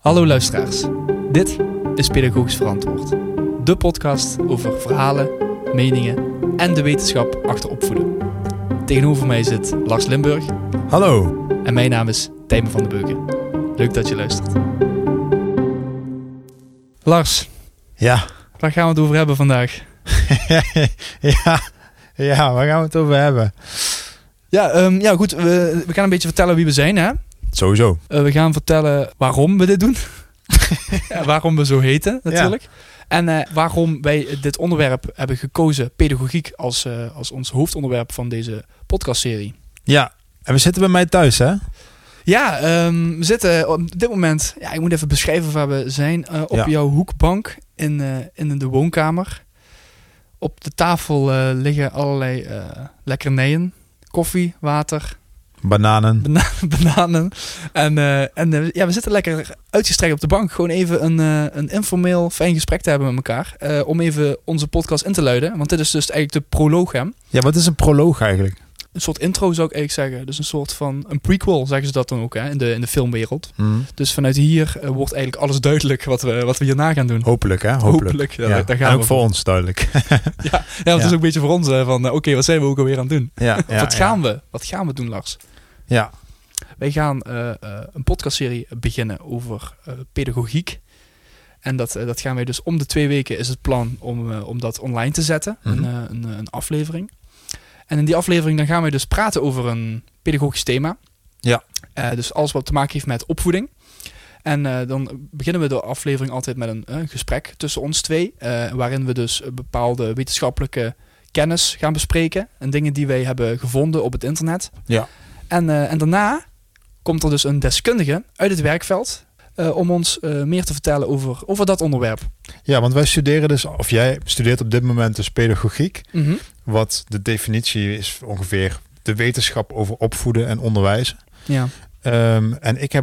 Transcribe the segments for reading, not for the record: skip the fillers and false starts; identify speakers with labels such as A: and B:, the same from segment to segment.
A: Hallo luisteraars, dit is Pedagogisch Verantwoord. De podcast over verhalen, meningen en de wetenschap achter opvoeden. Tegenover mij zit Lars Limburg.
B: Hallo.
A: En mijn naam is Tijmen van den Beuken. Leuk dat je luistert. Lars.
B: Ja.
A: Waar gaan we het over hebben vandaag?
B: Ja, waar gaan we het over hebben?
A: Ja, goed. We gaan een beetje vertellen wie we zijn, hè?
B: Sowieso.
A: We gaan vertellen waarom we dit doen. Waarom we zo heten, natuurlijk. Ja. En waarom wij dit onderwerp hebben gekozen, pedagogiek, als ons hoofdonderwerp van deze podcastserie.
B: Ja, en we zitten bij mij thuis, hè?
A: Ja, we zitten op dit moment... Ja, ik moet even beschrijven waar we zijn. Op jouw hoekbank in de woonkamer. Op de tafel liggen allerlei lekkernijen. Koffie, water...
B: Bananen.
A: Bananen. En we zitten lekker uitgestrekt op de bank. Gewoon even een informeel fijn gesprek te hebben met elkaar. Om even onze podcast in te luiden. Want dit is dus eigenlijk de proloog, hè?
B: Ja, wat is een proloog eigenlijk?
A: Een soort intro zou ik eigenlijk zeggen. Dus een soort van een prequel, zeggen ze dat dan ook, hè? In de filmwereld. Mm. Dus vanuit hier wordt eigenlijk alles duidelijk wat we hierna gaan doen.
B: Hopelijk, hè? Hopelijk.
A: Ja, daar gaan
B: en ook
A: we
B: voor ons duidelijk.
A: ja, het is ook een beetje voor ons van... Oké, wat zijn we ook alweer aan het doen? Wat gaan we doen, Lars?
B: Ja.
A: Wij gaan een podcastserie beginnen over pedagogiek. En dat gaan wij dus om de 2 weken is het plan om dat online te zetten. Mm-hmm. Een aflevering. En in die aflevering dan gaan wij dus praten over een pedagogisch thema. Ja. Dus alles wat te maken heeft met opvoeding. En dan beginnen we de aflevering altijd met een gesprek tussen ons twee. Waarin we dus bepaalde wetenschappelijke kennis gaan bespreken. En dingen die wij hebben gevonden op het internet. Ja. En daarna komt er dus een deskundige uit het werkveld om ons meer te vertellen over dat onderwerp.
B: Ja, want wij studeren dus, of jij studeert op dit moment dus pedagogiek. Mm-hmm. Wat de definitie is ongeveer de wetenschap over opvoeden en onderwijzen. Ja. En ik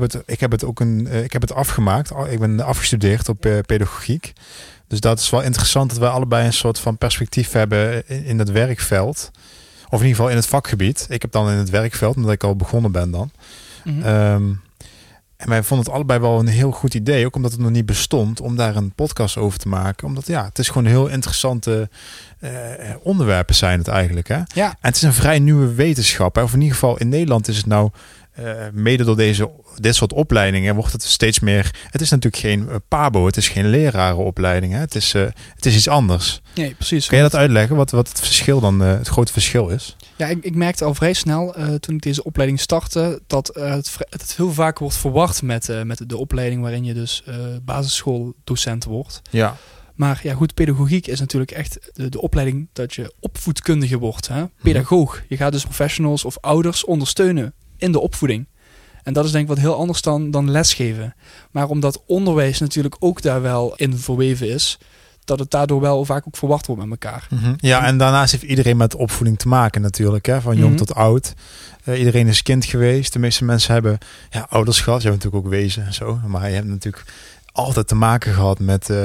B: heb het afgemaakt. Ik ben afgestudeerd op pedagogiek. Dus dat is wel interessant dat wij allebei een soort van perspectief hebben in het werkveld. Of in ieder geval in het vakgebied. Ik heb dan in het werkveld, omdat ik al begonnen ben dan. Mm-hmm. En wij vonden het allebei wel een heel goed idee. Ook omdat het nog niet bestond. Om daar een podcast over te maken. Omdat het is gewoon heel interessante onderwerpen zijn het eigenlijk. Hè? Ja. En het is een vrij nieuwe wetenschap. Hè? Of in ieder geval in Nederland is het nou... mede door dit soort opleidingen wordt het steeds meer... Het is natuurlijk geen PABO, het is geen lerarenopleiding. Hè? Het is iets anders. Nee, precies. Kun je dat uitleggen, wat het verschil dan, het grote verschil is?
A: Ja, ik merkte al vrij snel toen ik deze opleiding startte... dat het heel vaak wordt verward met de opleiding... waarin je dus basisschooldocent wordt. Ja. Maar ja, goed, pedagogiek is natuurlijk echt de opleiding... dat je opvoedkundige wordt. Hè? Pedagoog. Je gaat dus professionals of ouders ondersteunen... in de opvoeding. En dat is denk ik wat heel anders dan lesgeven. Maar omdat onderwijs natuurlijk ook daar wel in verweven is... dat het daardoor wel vaak ook verward wordt met elkaar.
B: Mm-hmm. Ja, en daarnaast heeft iedereen met opvoeding te maken natuurlijk. Hè? Van jong tot oud. Iedereen is kind geweest. De meeste mensen hebben ouders gehad. Je hebt natuurlijk ook wezen en zo. Maar je hebt natuurlijk altijd te maken gehad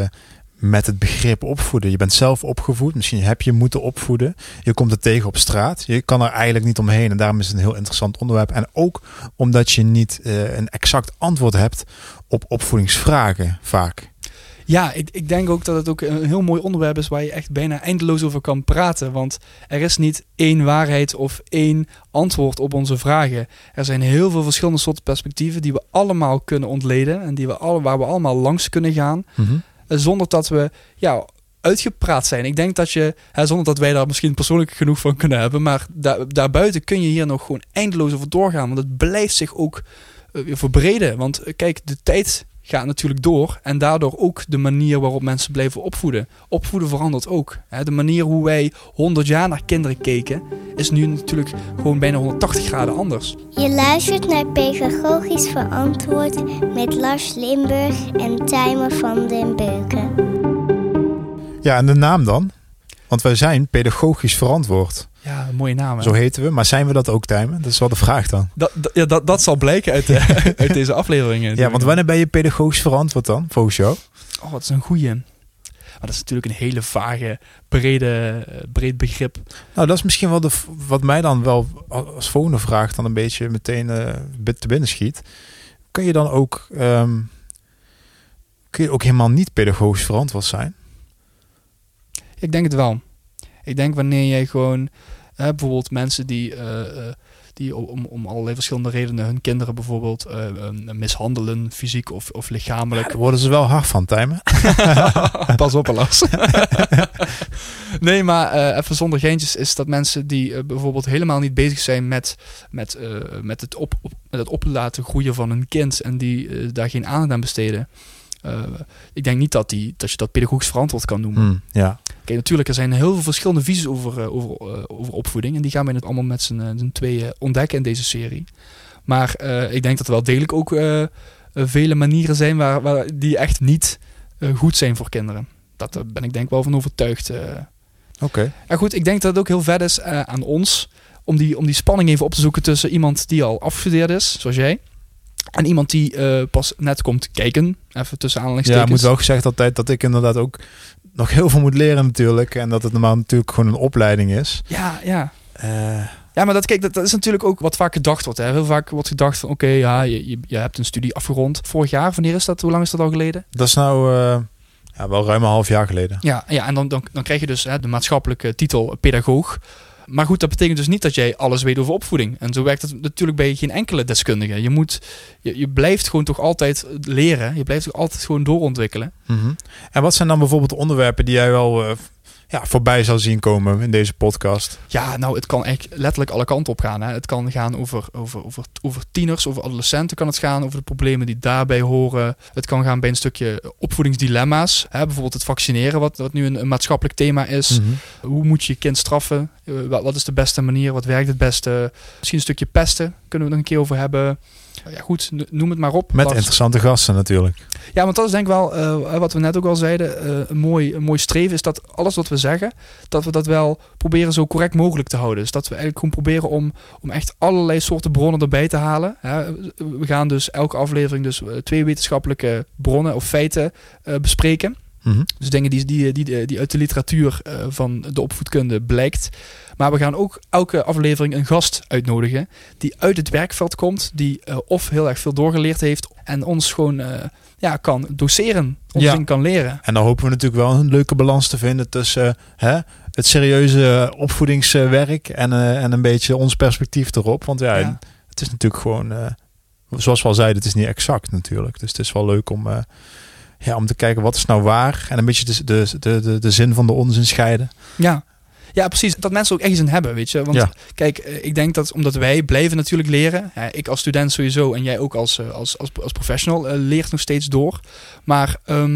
B: met het begrip opvoeden. Je bent zelf opgevoed. Misschien heb je moeten opvoeden. Je komt het tegen op straat. Je kan er eigenlijk niet omheen. En daarom is het een heel interessant onderwerp. En ook omdat je niet een exact antwoord hebt op opvoedingsvragen vaak.
A: Ja, ik denk ook dat het ook een heel mooi onderwerp is... waar je echt bijna eindeloos over kan praten. Want er is niet één waarheid of één antwoord op onze vragen. Er zijn heel veel verschillende soorten perspectieven... die we allemaal kunnen ontleden. En waar we allemaal langs kunnen gaan... Mm-hmm. Zonder dat we uitgepraat zijn. Ik denk dat zonder dat wij daar misschien persoonlijk genoeg van kunnen hebben, maar daarbuiten kun je hier nog gewoon eindeloos over doorgaan. Want het blijft zich ook verbreden. Want kijk, de tijd gaat natuurlijk door en daardoor ook de manier waarop mensen blijven opvoeden. Opvoeden verandert ook. De manier hoe wij 100 jaar naar kinderen keken, is nu natuurlijk gewoon bijna 180 graden anders.
C: Je luistert naar Pedagogisch Verantwoord met Lars Limburg en Tijmen van den Beuken.
B: Ja, en de naam dan? Want wij zijn pedagogisch verantwoord.
A: Ja, een mooie naam. Hè?
B: Zo heten we, maar zijn we dat ook, Tijmen? Dat is wel de vraag dan.
A: Dat zal blijken uit deze afleveringen.
B: Ja, want wanneer ben je pedagogisch verantwoord dan, volgens jou?
A: Oh, dat is een goeie. Maar dat is natuurlijk een hele vage, breed begrip.
B: Nou, dat is misschien wel wat mij dan wel als volgende vraag dan een beetje meteen te binnen schiet. Kun je dan ook kun je ook helemaal niet pedagogisch verantwoord zijn?
A: Ik denk het wel. Ik denk wanneer jij gewoon bijvoorbeeld mensen die om allerlei verschillende redenen hun kinderen bijvoorbeeld mishandelen, fysiek of lichamelijk.
B: Ja, daar worden ze wel hard van, Tijmen.
A: Pas op, Lars. Nee, maar even zonder geintjes is dat mensen die bijvoorbeeld helemaal niet bezig zijn met het op laten groeien van een kind en die daar geen aandacht aan besteden. Ik denk niet dat je dat pedagogisch verantwoord kan noemen.
B: Ja.
A: Kijk, natuurlijk, er zijn heel veel verschillende visies over opvoeding. En die gaan we het allemaal met z'n tweeën ontdekken in deze serie. Maar ik denk dat er wel degelijk ook vele manieren zijn waar die echt niet goed zijn voor kinderen. Daar ben ik denk wel van overtuigd.
B: Oké.
A: Ja, goed, ik denk dat het ook heel vet is aan ons om die spanning even op te zoeken tussen iemand die al afgestudeerd is, zoals jij, en iemand die pas net komt kijken, even tussen aanhalingstekens.
B: Ja, moet wel gezegd altijd dat ik inderdaad ook nog heel veel moet leren natuurlijk. En dat het normaal natuurlijk gewoon een opleiding is.
A: Ja. Ja, maar dat is natuurlijk ook wat vaak gedacht wordt. Hè. Heel vaak wordt gedacht van oké, je hebt een studie afgerond. Vorig jaar, wanneer is dat? Hoe lang is dat al geleden?
B: Dat is nou wel ruim een half jaar geleden.
A: Ja, en dan krijg je dus de maatschappelijke titel pedagoog. Maar goed, dat betekent dus niet dat jij alles weet over opvoeding. En zo werkt het natuurlijk bij geen enkele deskundige. Je blijft gewoon toch altijd leren. Je blijft toch altijd gewoon doorontwikkelen.
B: Mm-hmm. En wat zijn dan bijvoorbeeld onderwerpen die jij wel voorbij zal zien komen in deze podcast?
A: Ja, nou, het kan echt letterlijk alle kanten op gaan. Hè. Het kan gaan over tieners, over adolescenten kan het gaan, over de problemen die daarbij horen. Het kan gaan bij een stukje opvoedingsdilemma's. Hè. Bijvoorbeeld het vaccineren, wat nu een maatschappelijk thema is.
B: Mm-hmm.
A: Hoe moet je je kind straffen? Wat is de beste manier? Wat werkt het beste? Misschien een stukje pesten, kunnen we er een keer over hebben. Ja goed, noem het maar op.
B: Met interessante gasten natuurlijk.
A: Ja, want dat is denk ik wel, wat we net ook al zeiden, een mooi streven is dat alles wat we zeggen, dat we dat wel proberen zo correct mogelijk te houden. Dus dat we eigenlijk gewoon proberen om echt allerlei soorten bronnen erbij te halen. We gaan dus elke aflevering 2 wetenschappelijke bronnen of feiten bespreken.
B: Mm-hmm.
A: Dus dingen die uit de literatuur van de opvoedkunde blijkt. Maar we gaan ook elke aflevering een gast uitnodigen die uit het werkveld komt, die of heel erg veel doorgeleerd heeft en ons gewoon kan doseren, ons dingen kan leren.
B: En dan hopen we natuurlijk wel een leuke balans te vinden tussen het serieuze opvoedingswerk en een beetje ons perspectief erop. Want het is natuurlijk gewoon, zoals we al zeiden, het is niet exact natuurlijk. Dus het is wel leuk om te kijken wat is nou waar en een beetje de zin van de onzin scheiden.
A: Ja, precies. Dat mensen ook echt iets in hebben, weet je. Want kijk, ik denk dat omdat wij blijven natuurlijk leren. Ik als student sowieso en jij ook als professional leert nog steeds door. Maar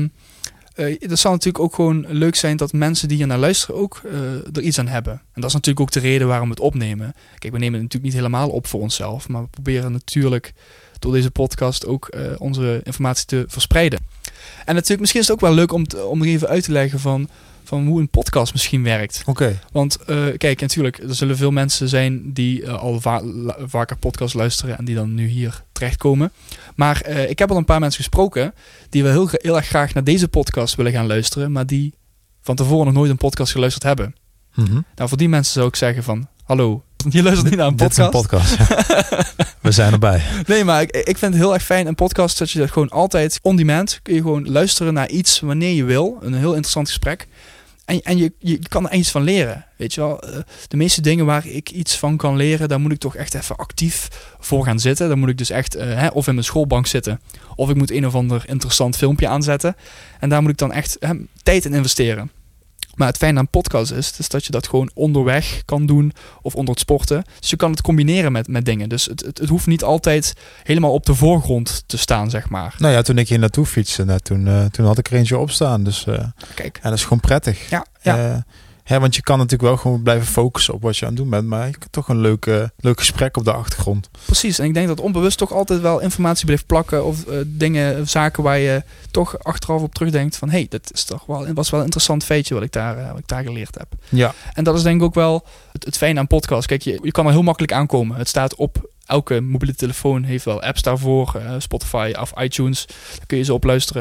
A: het zal natuurlijk ook gewoon leuk zijn dat mensen die hier naar luisteren ook er iets aan hebben. En dat is natuurlijk ook de reden waarom we het opnemen. Kijk, we nemen het natuurlijk niet helemaal op voor onszelf. Maar we proberen natuurlijk door deze podcast ook onze informatie te verspreiden. En natuurlijk, misschien is het ook wel leuk om er even uit te leggen van hoe een podcast misschien werkt.
B: Okay.
A: Want kijk, natuurlijk, er zullen veel mensen zijn die al vaker podcast luisteren en die dan nu hier terechtkomen. Maar ik heb al een paar mensen gesproken die wel heel erg graag naar deze podcast willen gaan luisteren, maar die van tevoren nog nooit een podcast geluisterd hebben.
B: Mm-hmm.
A: Nou, voor die mensen zou ik zeggen van, hallo, je luistert niet naar een podcast.
B: Dit is een podcast. We zijn erbij.
A: Nee, maar ik vind het heel erg fijn, een podcast, dat je dat gewoon altijd on demand, kun je gewoon luisteren naar iets wanneer je wil. Een heel interessant gesprek. En je kan er iets van leren, weet je wel. De meeste dingen waar ik iets van kan leren, daar moet ik toch echt even actief voor gaan zitten. Dan moet ik dus echt of in mijn schoolbank zitten, of ik moet een of ander interessant filmpje aanzetten. En daar moet ik dan echt tijd in investeren. Maar het fijne aan podcast is dat je dat gewoon onderweg kan doen of onder het sporten. Dus je kan het combineren met dingen. Dus het hoeft niet altijd helemaal op de voorgrond te staan, zeg maar.
B: Nou ja, toen ik hier naartoe fietste, toen had ik er eentje op staan. Dus
A: kijk.
B: En dat is gewoon prettig.
A: Ja.
B: Want je kan natuurlijk wel gewoon blijven focussen op wat je aan het doen bent. Maar je kan toch een leuk gesprek op de achtergrond.
A: Precies. En ik denk dat onbewust toch altijd wel informatie blijft plakken. Of zaken waar je toch achteraf op terugdenkt. Van dat is toch was wel een interessant feitje wat ik daar geleerd heb.
B: Ja.
A: En dat is denk ik ook wel het fijne aan podcast. Kijk, je kan er heel makkelijk aankomen. Het staat op elke mobiele telefoon. Heeft wel apps daarvoor. Spotify of iTunes. Daar kun je ze op luisteren.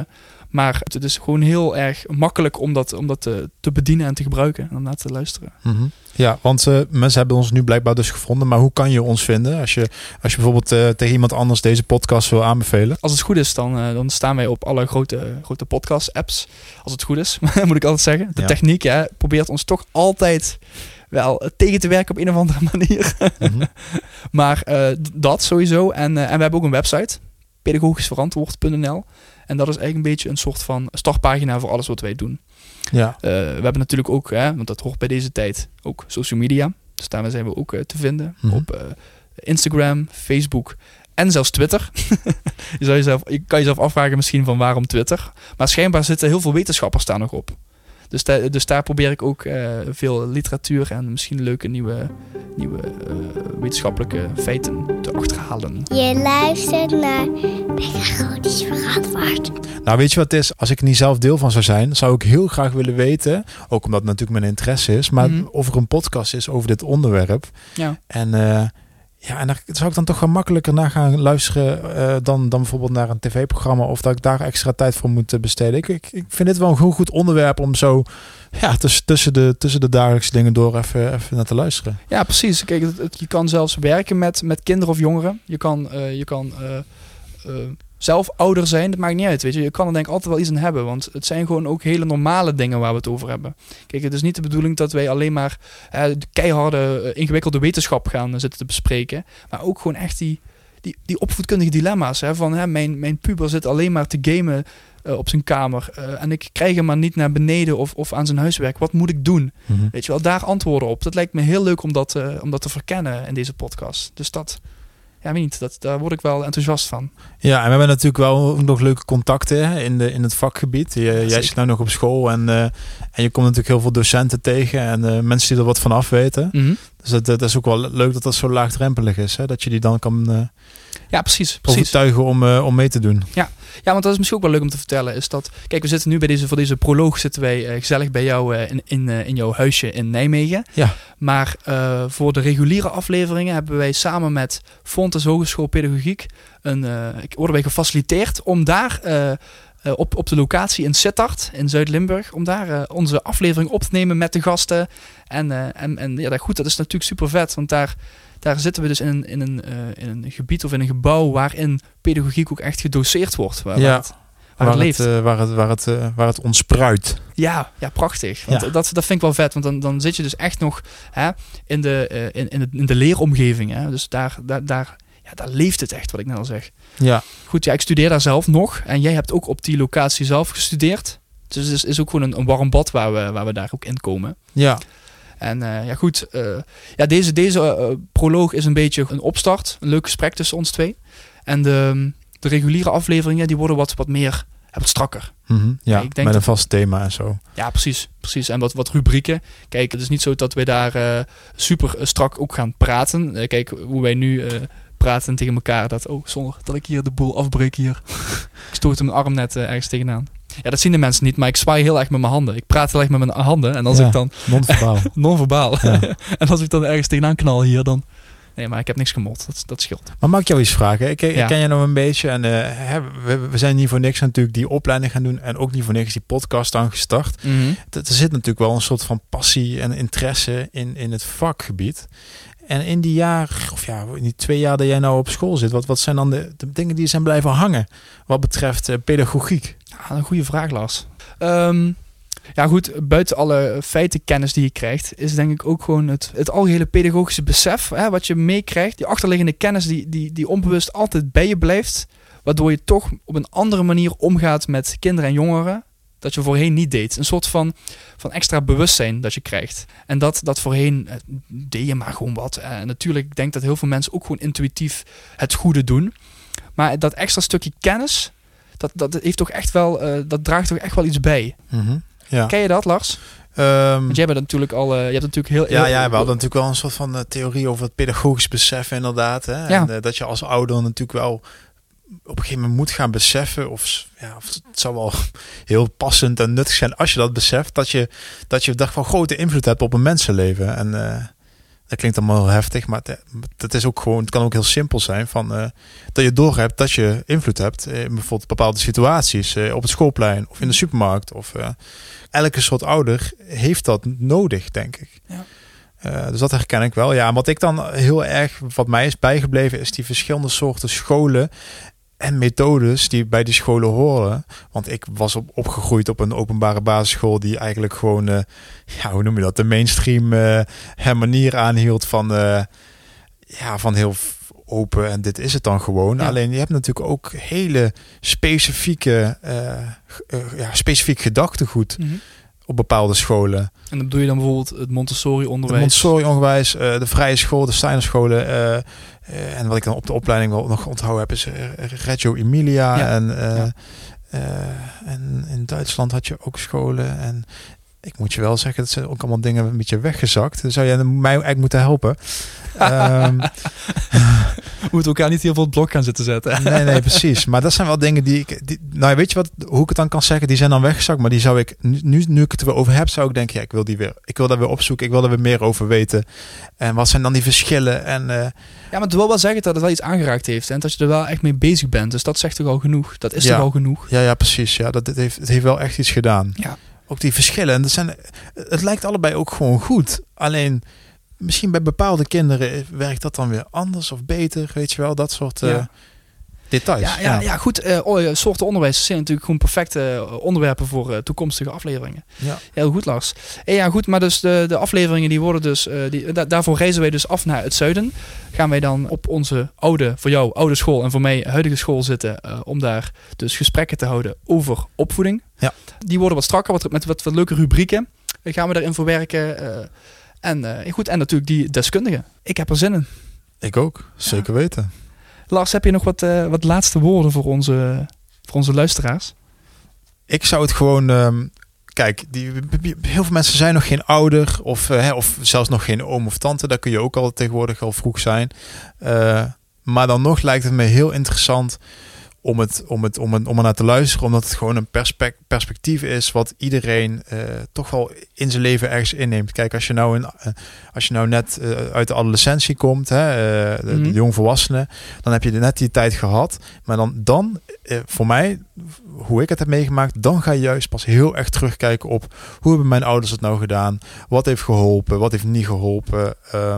A: Maar het is gewoon heel erg makkelijk om dat te bedienen en te gebruiken en om naar te luisteren.
B: Mm-hmm. Ja, want mensen hebben ons nu blijkbaar dus gevonden. Maar hoe kan je ons vinden als je bijvoorbeeld tegen iemand anders deze podcast wil aanbevelen?
A: Als het goed is, dan staan wij op alle grote podcast-apps. Als het goed is, moet ik altijd zeggen. De techniek probeert ons toch altijd wel tegen te werken op een of andere manier. Mm-hmm. Maar dat sowieso. En we hebben ook een website, pedagogischverantwoord.nl. En dat is eigenlijk een beetje een soort van startpagina voor alles wat wij doen.
B: Ja.
A: We hebben natuurlijk ook, want dat hoort bij deze tijd, ook social media. Dus daar zijn we ook te vinden. Mm-hmm. Op Instagram, Facebook en zelfs Twitter. Je kan jezelf afvragen misschien van waarom Twitter. Maar schijnbaar zitten heel veel wetenschappers daar nog op. Dus daar probeer ik ook veel literatuur en misschien leuke nieuwe wetenschappelijke feiten te achterhalen.
C: Je luistert naar Pedagogisch Verantwoord.
B: Nou, weet je wat het is? Als ik er niet zelf deel van zou zijn, zou ik heel graag willen weten, ook omdat het natuurlijk mijn interesse is, maar of er een podcast is over dit onderwerp. Ja. En daar zou ik dan toch wel makkelijker naar gaan luisteren dan bijvoorbeeld naar een tv-programma of dat ik daar extra tijd voor moet besteden. Ik vind dit wel een heel goed onderwerp om zo tussen de dagelijkse dingen door even naar te luisteren.
A: Ja, precies. Kijk, je kan zelfs werken met kinderen of jongeren. Je kan zelf ouder zijn, dat maakt niet uit. Weet je kan er denk ik altijd wel iets aan hebben, want het zijn gewoon ook hele normale dingen waar we het over hebben. Kijk, het is niet de bedoeling dat wij alleen maar de keiharde, ingewikkelde wetenschap gaan zitten te bespreken, maar ook gewoon echt die opvoedkundige dilemma's. Van mijn puber zit alleen maar te gamen op zijn kamer en ik krijg hem maar niet naar beneden of aan zijn huiswerk. Wat moet ik doen? Mm-hmm. Weet je wel, daar antwoorden op. Dat lijkt me heel leuk om dat te verkennen in deze podcast. Dus dat... Ja, weet niet. Daar word ik wel enthousiast van.
B: Ja, en we hebben natuurlijk wel nog leuke contacten in het vakgebied. Jij zit nou nog op school en je komt natuurlijk heel veel docenten tegen en mensen die er wat van af weten. Mm-hmm. Dus dat is ook wel leuk dat dat zo laagdrempelig is. Hè? Dat je die dan kan
A: precies.
B: overtuigen om mee te doen.
A: Ja, want dat is misschien ook wel leuk om te vertellen. Is dat, kijk, we zitten nu voor deze proloog zitten wij gezellig bij jou in jouw huisje in Nijmegen. Ja. Maar voor de reguliere afleveringen hebben wij samen met Fontys Hogeschool Pedagogiek worden wij gefaciliteerd om daar op de locatie in Sittard in Zuid-Limburg, om daar onze aflevering op te nemen met de gasten. En ja, goed, dat is natuurlijk super vet, want daar zitten we dus in een gebied of in een gebouw waarin pedagogiek ook echt gedoseerd wordt. Waar het leeft.
B: Waar het ontspruit.
A: Ja, prachtig. Want dat vind ik wel vet. Want dan zit je dus echt nog in de leeromgeving. Hè? Dus daar leeft het echt, wat ik net al zeg. Ja. Goed, ik studeer daar zelf nog. En jij hebt ook op die locatie zelf gestudeerd. Dus het is ook gewoon een warm bad waar we daar ook in komen. Ja. En deze proloog is een beetje een opstart. Een leuk gesprek tussen ons twee. En de reguliere afleveringen die worden wat meer wat strakker.
B: Mm-hmm, ja, ik denk met een vast thema en zo.
A: Ja, precies. En wat rubrieken. Kijk, het is niet zo dat wij daar super strak ook gaan praten. Kijk, hoe wij nu praten tegen elkaar. Zonder dat ik hier de boel afbreek hier. Ik stoot mijn arm net ergens tegenaan. Ja, dat zien de mensen niet, maar ik zwaai heel erg met mijn handen. Ik praat heel erg met mijn handen. En als ik dan... Non-verbaal. Ja. En als ik dan ergens tegenaan knal hier, dan... Nee, maar ik heb niks gemot. Dat scheelt.
B: Maar mag ik jou iets vragen? Ken je nou een beetje? En we zijn niet voor niks natuurlijk die opleiding gaan doen. En ook niet voor niks die podcast aan gestart. Mm-hmm. Er zit natuurlijk wel een soort van passie en interesse in het vakgebied. En in die in die 2 jaar dat jij nou op school zit, wat zijn dan de dingen die zijn blijven hangen wat betreft pedagogiek?
A: Ja, een goede vraag, Lars. Ja goed, buiten alle feitenkennis die je krijgt, is denk ik ook gewoon het algehele pedagogische besef, wat je meekrijgt, die achterliggende kennis die onbewust altijd bij je blijft, waardoor je toch op een andere manier omgaat met kinderen en jongeren, dat je voorheen niet deed. Een soort van extra bewustzijn dat je krijgt. En dat voorheen deed je maar gewoon wat. Natuurlijk, ik denk dat heel veel mensen ook gewoon intuïtief het goede doen. Maar dat extra stukje kennis, dat heeft toch echt wel, dat draagt toch echt wel iets bij. Mm-hmm. Ja. Ken je dat, Lars? Want jij bent natuurlijk al... je hebt natuurlijk heel...
B: Ja, we hadden natuurlijk wel een soort van theorie over het pedagogisch besef inderdaad. Hè? Ja. En dat je als ouder natuurlijk wel op een gegeven moment moet gaan beseffen. Of het zou wel heel passend en nuttig zijn als je dat beseft. Dat je van grote invloed hebt op een mensenleven. En Dat klinkt allemaal heel heftig, maar het is ook gewoon, het kan ook heel simpel zijn van dat je doorhebt dat je invloed hebt in bijvoorbeeld bepaalde situaties op het schoolplein of in de supermarkt of elke soort ouder heeft dat nodig, denk ik. Ja. Dus dat herken ik wel. Ja, en wat ik dan heel erg, wat mij is bijgebleven, is die verschillende soorten scholen en methodes die bij die scholen horen. Want ik was opgegroeid op een openbare basisschool die eigenlijk gewoon, hoe noem je dat, de mainstream manier aanhield van heel open en dit is het dan gewoon. Ja. Alleen je hebt natuurlijk ook hele specifiek gedachtegoed op bepaalde scholen.
A: En dan bedoel je dan bijvoorbeeld het Montessori-onderwijs?
B: Het Montessori-onderwijs, de vrije school, de Steiner-scholen. En wat ik dan op de opleiding wel nog onthouden heb is Reggio Emilia. Ja. En in Duitsland had je ook scholen. En ik moet je wel zeggen, dat zijn ook allemaal dingen een beetje weggezakt. Dan zou jij mij eigenlijk moeten helpen.
A: We moeten elkaar niet heel veel het blok gaan zitten zetten.
B: Nee, precies. Maar dat zijn wel dingen weet je wat, hoe ik het dan kan zeggen? Die zijn dan weggezakt, maar die zou ik, nu ik het er weer over heb, zou ik denken, ik wil dat weer opzoeken. Ik wil er weer meer over weten. En wat zijn dan die verschillen? En,
A: ja, maar het wil wel zeggen dat het wel iets aangeraakt heeft. En dat je er wel echt mee bezig bent. Dus dat zegt toch al genoeg? Dat is toch al genoeg?
B: Ja, precies. Ja, het heeft wel echt iets gedaan. Ja. Ook die verschillen. En het lijkt allebei ook gewoon goed. Alleen misschien bij bepaalde kinderen werkt dat dan weer anders of beter. Weet je wel, dat soort details.
A: Ja, goed. Soorten onderwijs zijn natuurlijk gewoon perfecte onderwerpen voor toekomstige afleveringen. Ja. Heel goed, Lars. Ja, goed, maar dus de afleveringen die worden dus... daarvoor reizen wij dus af naar het zuiden. Gaan wij dan op onze voor jou oude school en voor mij huidige school zitten... om daar dus gesprekken te houden over opvoeding. Ja. Die worden wat strakker, met wat leuke rubrieken. Gaan we daarin voor werken... En natuurlijk die deskundigen. Ik heb er zin in.
B: Ik ook, zeker weten.
A: Lars, heb je nog wat laatste woorden voor onze luisteraars?
B: Ik zou het gewoon... kijk, heel veel mensen zijn nog geen ouder of zelfs nog geen oom of tante. Daar kun je ook al tegenwoordig al vroeg zijn. Maar dan nog lijkt het me heel interessant om er naar te luisteren, omdat het gewoon een perspectief is wat iedereen toch wel in zijn leven ergens inneemt. Kijk, als je nou net uit de adolescentie komt, de jongvolwassenen, dan heb je net die tijd gehad. Maar dan voor mij, hoe ik het heb meegemaakt, dan ga je juist pas heel erg terugkijken op hoe hebben mijn ouders het nou gedaan, wat heeft geholpen, wat heeft niet geholpen,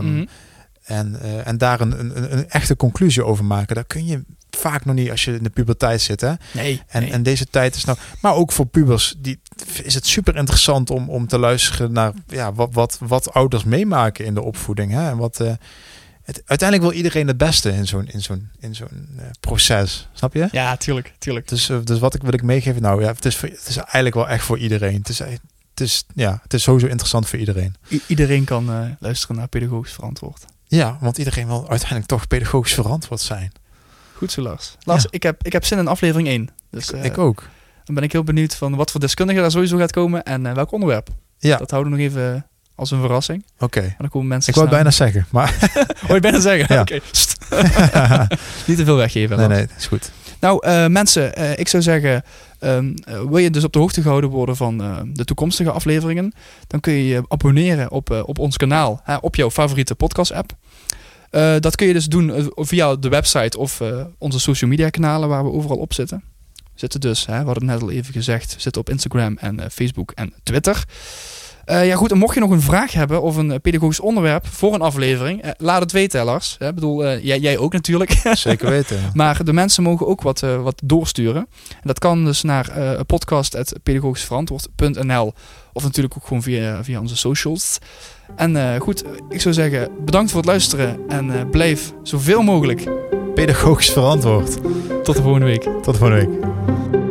B: en daar een echte conclusie over maken. Daar kun je vaak nog niet als je in de puberteit zit. Hè? Nee. En deze tijd is nou... Maar ook voor pubers is het super interessant om te luisteren naar wat ouders meemaken in de opvoeding. Hè? En uiteindelijk wil iedereen het beste in zo'n proces. Snap je?
A: Ja, tuurlijk.
B: Dus wat wil ik meegeven? Nou ja, het is eigenlijk wel echt voor iedereen. Het is sowieso interessant voor iedereen.
A: Iedereen kan luisteren naar pedagogisch verantwoord.
B: Ja, want iedereen wil uiteindelijk toch pedagogisch verantwoord zijn.
A: Goed zo, Lars. Lars, ja. Ik heb zin in aflevering 1. Dus,
B: ik ook.
A: Dan ben ik heel benieuwd van wat voor deskundige daar sowieso gaat komen en welk onderwerp. Ja. Dat houden we nog even als een verrassing.
B: Oké.
A: Dan komen mensen.
B: Ik wou het bijna zeggen, maar...
A: Wou je bijna zeggen? Ja. Oké. Niet te veel weggeven. Lars.
B: Nee, dat is goed.
A: Nou, mensen, ik zou zeggen... wil je dus op de hoogte gehouden worden van de toekomstige afleveringen, dan kun je je abonneren op ons kanaal, op jouw favoriete podcast-app. Dat kun je dus doen via de website of onze social media kanalen waar we overal op zitten. We zitten dus, we hadden het net al even gezegd, we zitten op Instagram en Facebook en Twitter. Ja goed, en mocht je nog een vraag hebben of een pedagogisch onderwerp voor een aflevering, laat het weten, Lars. Ik bedoel, jij ook natuurlijk.
B: Zeker weten.
A: Maar de mensen mogen ook wat doorsturen. En dat kan dus naar podcast@pedagogischverantwoord.nl of natuurlijk ook gewoon via onze socials. En goed, ik zou zeggen, bedankt voor het luisteren en blijf zoveel mogelijk
B: pedagogisch verantwoord.
A: Tot de volgende week.
B: Tot de volgende week.